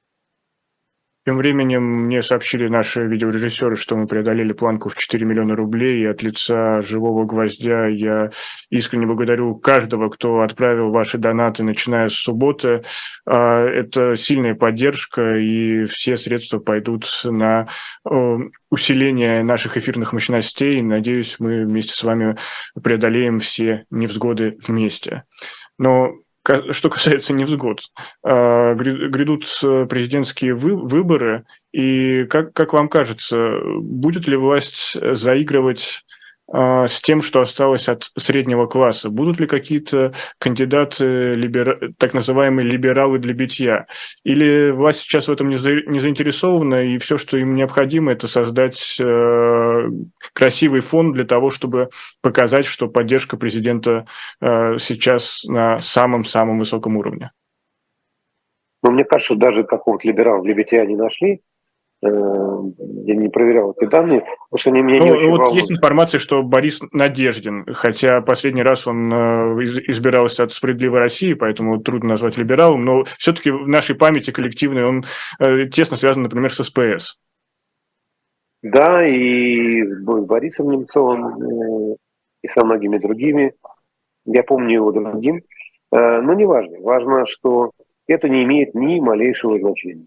Тем временем мне сообщили наши видеорежиссеры, что мы преодолели планку в четыре миллиона рублей, и от лица «Живого гвоздя» я искренне благодарю каждого, кто отправил ваши донаты, начиная с субботы. Это сильная поддержка, и все средства пойдут на усиление наших эфирных мощностей. Надеюсь, мы вместе с вами преодолеем все невзгоды вместе. Но что касается невзгод, грядут президентские выборы, и как, как вам кажется, будет ли власть заигрывать с тем, что осталось от среднего класса? Будут ли какие-то кандидаты, либера... так называемые либералы для битья? Или власть сейчас в этом не, за... не заинтересована, и все, что им необходимо, это создать э, красивый фон для того, чтобы показать, что поддержка президента э, сейчас на самом-самом высоком уровне? Но мне кажется, даже какого-то либерала для битья не нашли. Я не проверял эти данные, потому что они меня ну, не очень вот волнуют. есть информация, что Борис Надеждин, хотя последний раз он избирался от «Справедливой России», поэтому трудно назвать либералом, но все-таки в нашей памяти коллективной он тесно связан, например, с СПС. Да, и с Борисом Немцовым, и со многими другими. Я помню его другим. Но не важно. Важно, что это не имеет ни малейшего значения.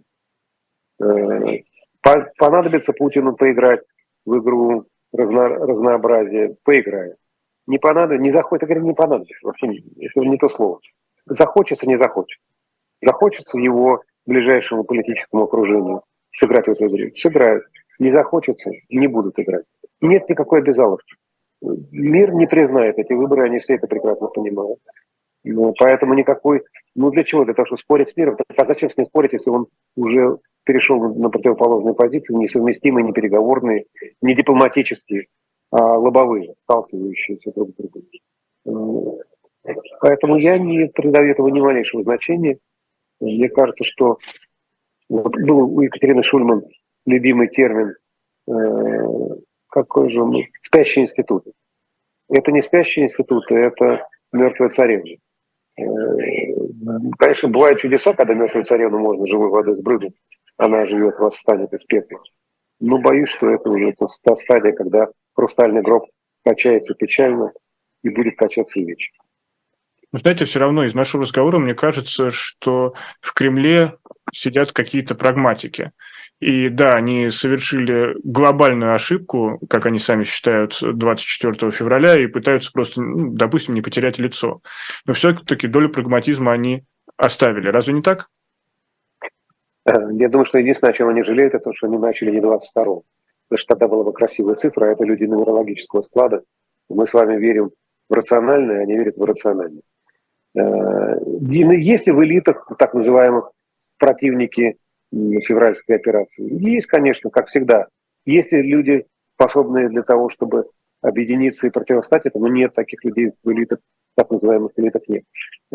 Понадобится Путину поиграть в игру разно, разнообразия, поиграет. Не понадобится, не захочет, я говорю, не понадобится. Вообще не, это не то слово. Захочется, не захочет. Захочется его ближайшему политическому окружению сыграть в эту игру. Сыграют. Не захочется, не будут играть. Нет никакой обязаловки. Мир не признает эти выборы, они все это прекрасно понимают. Ну, поэтому никакой... Ну для чего? Для того, чтобы спорить с миром. А зачем с ним спорить, если он уже перешел на противоположные позиции, несовместимые, не переговорные, не дипломатические, а лобовые, сталкивающиеся друг с другом. Поэтому я не придаю этому ни малейшего значения. Мне кажется, что вот был у Екатерины Шульман любимый термин, э, какой же он, спящие институты. Это не спящие институты, это мертвая царевна. Э, конечно, бывают чудеса, когда мертвую царевну можно живой водой сбрызнуть, она живет, восстанет из пепла. Но боюсь, что это уже та стадия, когда хрустальный гроб качается печально и будет качаться и вечно. Но, знаете, все равно из нашего разговора мне кажется, что в Кремле сидят какие-то прагматики. И да, они совершили глобальную ошибку, как они сами считают, двадцать четвёртого февраля, и пытаются просто, ну, допустим, не потерять лицо. Но все-таки долю прагматизма они оставили. Разве не так? Я думаю, что единственное, о чем они жалеют, это то, что они начали не двадцать второго. Потому что тогда была бы красивая цифра, а это люди нумерологического склада. Мы с вами верим в рациональное, они верят в иррациональное. Есть ли в элитах так называемых противники февральской операции? Есть, конечно, как всегда. Есть ли люди, способные для того, чтобы объединиться и противостоять этому? Нет, таких людей в элитах, так называемых элитах нет.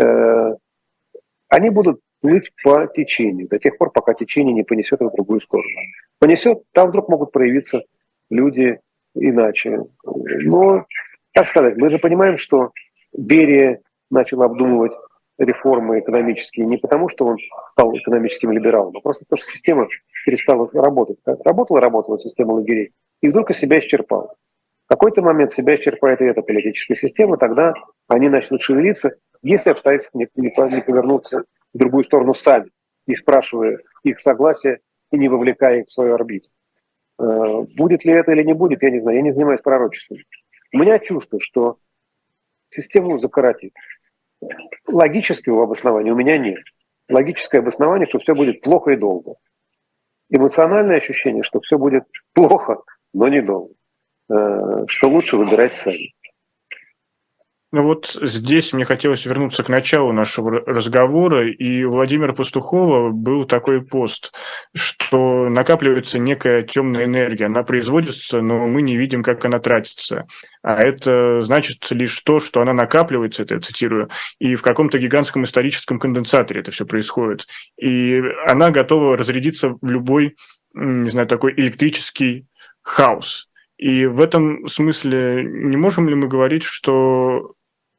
Они будут плыть по течению до тех пор, пока течение не понесет их в другую сторону. Понесет, там вдруг могут проявиться люди иначе. Но, как сказать, мы же понимаем, что Берия начал обдумывать реформы экономические не потому, что он стал экономическим либералом, а просто потому, что система перестала работать. Работала, работала система лагерей, и вдруг из себя исчерпала. В какой-то момент себя исчерпает и эта политическая система, тогда они начнут шевелиться, если обстоятельства не, не, не повернутся в другую сторону сами, не спрашивая их согласия и не вовлекая их в свою орбиту. Будет ли это или не будет, я не знаю, я не занимаюсь пророчеством. У меня чувство, что систему закоротит. Логического обоснования у меня нет. Логическое обоснование, что все будет плохо и долго. Эмоциональное ощущение, что все будет плохо, но недолго. Что лучше, выбирайте сами. Ну вот здесь мне хотелось вернуться к началу нашего разговора, и у Владимира Пастухова был такой пост, что накапливается некая темная энергия, она производится, но мы не видим, как она тратится. А это значит лишь то, что она накапливается, это я цитирую, и в каком-то гигантском историческом конденсаторе это все происходит. И она готова разрядиться в любой, не знаю, такой электрический хаос. И в этом смысле не можем ли мы говорить, что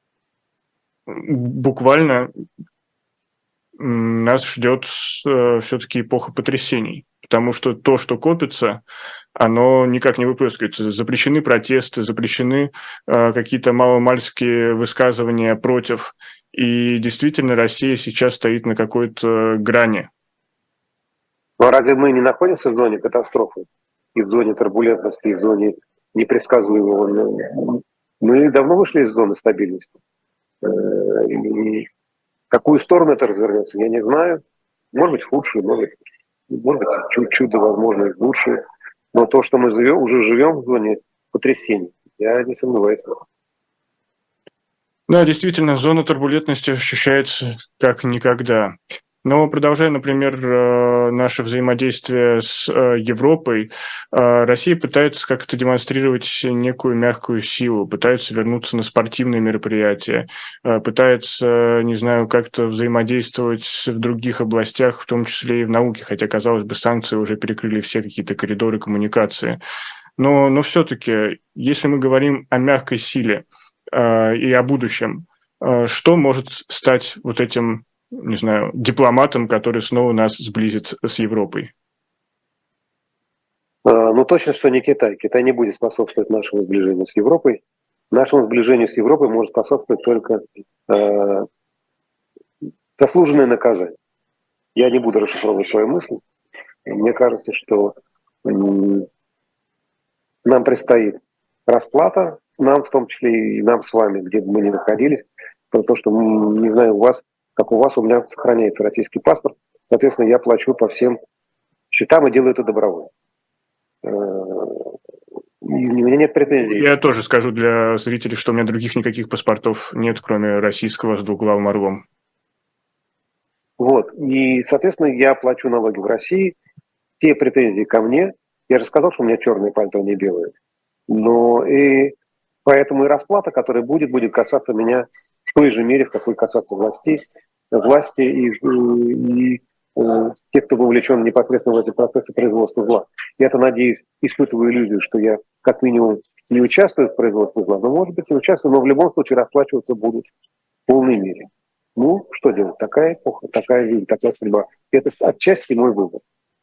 буквально нас ждет э, все-таки эпоха потрясений, потому что то, что копится, оно никак не выплескивается. Запрещены протесты, запрещены э, какие-то маломальские высказывания против, и действительно Россия сейчас стоит на какой-то грани. Но разве мы не находимся в зоне катастрофы, и в зоне турбулентности, и в зоне непредсказуемого? Мы давно вышли из зоны стабильности. И в какую сторону это развернется, я не знаю. Может быть, в худшую, может, может быть, чуть-чуть, возможно, и в лучшую. Но то, что мы живем, уже живем в зоне потрясений, я не сомневаюсь. Да, действительно, зона турбулентности ощущается как никогда. Но продолжая, например, наше взаимодействие с Европой, Россия пытается как-то демонстрировать некую мягкую силу, пытается вернуться на спортивные мероприятия, пытается, не знаю, как-то взаимодействовать в других областях, в том числе и в науке, хотя, казалось бы, санкции уже перекрыли все какие-то коридоры коммуникации. Но, но все-таки, если мы говорим о мягкой силе э, и о будущем, э, что может стать вот этим, не знаю, дипломатом, который снова нас сблизит с Европой? Ну, точно, что не Китай. Китай не будет способствовать нашему сближению с Европой. Нашему сближению с Европой может способствовать только э, заслуженное наказание. Я не буду расшифровывать свою мысль. Мне кажется, что э, нам предстоит расплата, нам в том числе и нам с вами, где бы мы ни находились, про то, что, не знаю, у вас, как у вас, у меня сохраняется российский паспорт, соответственно, я плачу по всем счетам и делаю это добровольно. У меня нет претензий. Я тоже скажу для зрителей, что у меня других никаких паспортов нет, кроме российского с двуглавым орлом. Вот. И, соответственно, я плачу налоги в России. Те претензии ко мне, я же сказал, что у меня черное пальто, не белое. Но и поэтому и расплата, которая будет, будет касаться меня в той же мере, в какой касаться властей, власти и, и, и э, тех, кто вовлечен непосредственно в эти процессы производства зла. Я-то, надеюсь, испытываю иллюзию, что я как минимум не участвую в производстве зла, но, может быть, и участвую, но в любом случае расплачиваться будут в полной мере. Ну, что делать? Такая эпоха, такая жизнь, такая судьба. Это отчасти мой выбор.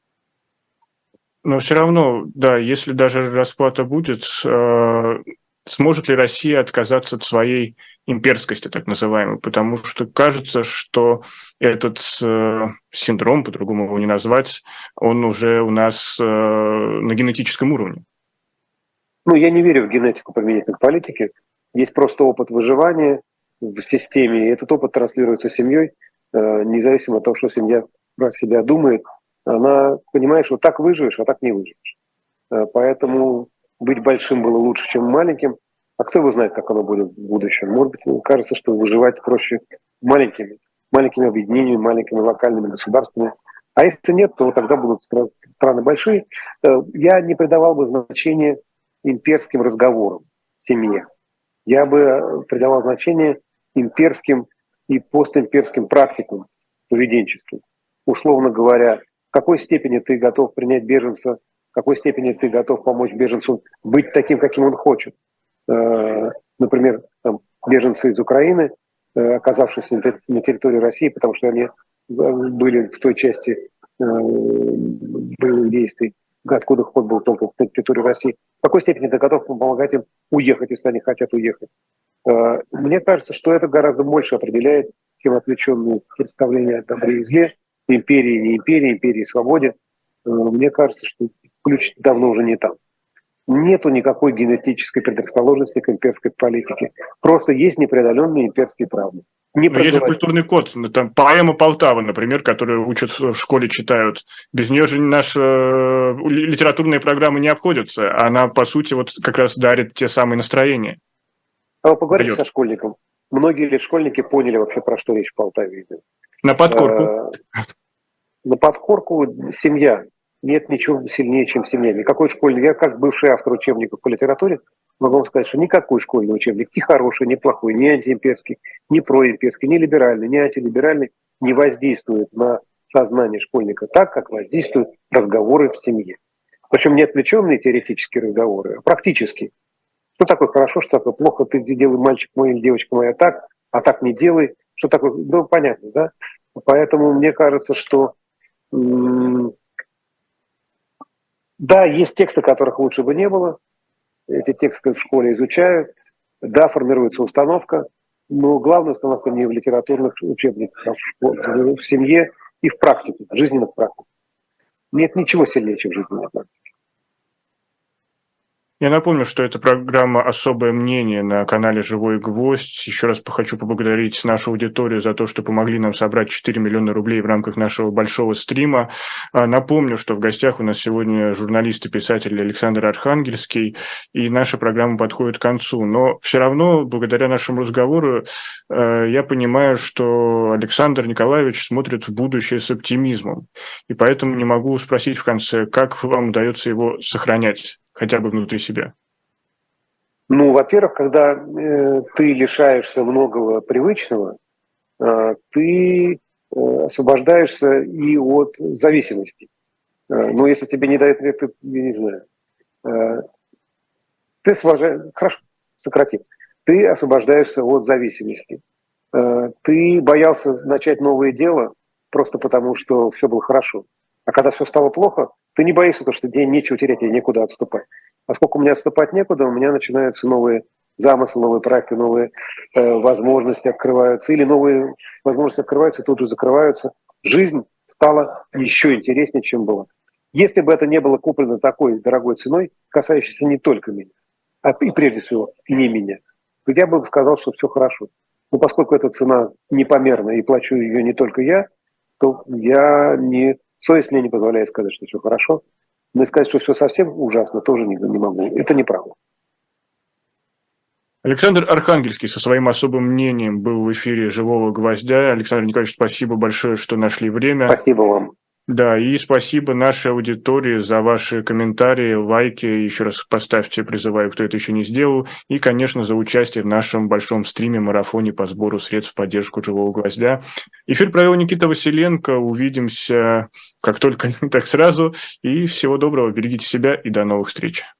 Но все равно, да, если даже расплата будет, э, сможет ли Россия отказаться от своей имперскости, так называемой? Потому что кажется, что этот э, синдром, по-другому его не назвать, он уже у нас э, на генетическом уровне. Ну, я не верю в генетику применительно к политике. Есть просто опыт выживания в системе, и этот опыт транслируется семьей, э, независимо от того, что семья про себя думает. Она, понимаешь, вот так выживешь, а так не выживешь. Э, поэтому быть большим было лучше, чем маленьким. А кто его знает, как оно будет в будущем? Может быть, мне кажется, что выживать проще маленькими, маленькими объединениями, маленькими локальными государствами. А если нет, то тогда будут страны большие. Э, я не придавал бы значения имперским разговорам в семье. Я бы придавал значение имперским и постимперским практикам поведенческим. Условно говоря, в какой степени ты готов принять беженца, в какой степени ты готов помочь беженцу быть таким, каким он хочет. Например, там, беженцы из Украины, оказавшиеся на территории России, потому что они были в той части боевых действий, откуда ход был только на территории России. В какой степени ты готов помогать им уехать, если они хотят уехать? Мне кажется, что это гораздо больше определяет, чем отвлеченные представления о добре и зле, империи, не империи, империи и свободе. Мне кажется, что ключ давно уже не там. Нету никакой генетической предрасположенности к имперской политике. Просто есть непреодоленные имперские правды. Есть же культурный код, там поэма Полтава, например, которую учат в школе, читают. Без нее же наши литературные программы не обходятся. Она, по сути, вот как раз дарит те самые настроения. А вы поговорите со школьником. Многие ли школьники поняли вообще, про что речь в Полтаве? На подкорку. На подкорку семья. Нет ничего сильнее, чем семья. Никакой школьник. Я, как бывший автор учебников по литературе, могу вам сказать, что никакой школьный учебник, ни хороший, ни плохой, ни антиимперский, ни проимперский, ни либеральный, ни антилиберальный, не воздействует на сознание школьника так, как воздействуют разговоры в семье. Причем не отвлеченные теоретические разговоры, а практические. Что такое хорошо, что такое плохо, ты делай, мальчик мой или девочка моя, так, а так не делай. Что такое? Ну, понятно, да? Поэтому мне кажется, что м- да, есть тексты, которых лучше бы не было. Эти тексты в школе изучают. Да, формируется установка, но главная установка не в литературных учебниках, а в, в семье и в практике, в жизненных практиках. Нет ничего сильнее, чем жизненная практика. Я напомню, что это программа «Особое мнение» на канале «Живой гвоздь». Еще раз хочу поблагодарить нашу аудиторию за то, что помогли нам собрать четыре миллиона рублей в рамках нашего большого стрима. Напомню, что в гостях у нас сегодня журналист и писатель Александр Архангельский, и наша программа подходит к концу. Но все равно, благодаря нашему разговору, я понимаю, что Александр Николаевич смотрит в будущее с оптимизмом. И поэтому не могу спросить в конце, как вам удается его сохранять? Хотя бы внутри себя? Ну, во-первых, когда э, ты лишаешься многого привычного, э, ты э, освобождаешься и от зависимости. Э, но если тебе не дает, это, я не знаю, э, ты освобождаешься, хорошо, сократим, ты освобождаешься от зависимости. Э, ты боялся начать новое дело просто потому, что все было хорошо. А когда все стало плохо, ты не боишься, потому что тебе нечего терять, тебе некуда отступать. Поскольку у меня отступать некуда, у меня начинаются новые замыслы, новые проекты, новые э, возможности открываются. Или новые возможности открываются и тут же закрываются. Жизнь стала еще интереснее, чем была. Если бы это не было куплено такой дорогой ценой, касающейся не только меня, а и прежде всего не меня, то я бы сказал, что все хорошо. Но поскольку эта цена непомерна и плачу ее не только я, то я не... Совесть мне не позволяет сказать, что все хорошо. Но и сказать, что все совсем ужасно, тоже не, не могу. Это неправда. Александр Архангельский со своим особым мнением был в эфире «Живого гвоздя». Александр Николаевич, спасибо большое, что нашли время. Спасибо вам. Да, и спасибо нашей аудитории за ваши комментарии, лайки. Еще раз поставьте, призываю, кто это еще не сделал. И, конечно, за участие в нашем большом стриме-марафоне по сбору средств в поддержку «Живого гвоздя». Эфир провел Никита Василенко. Увидимся как только, так сразу. И всего доброго. Берегите себя и до новых встреч.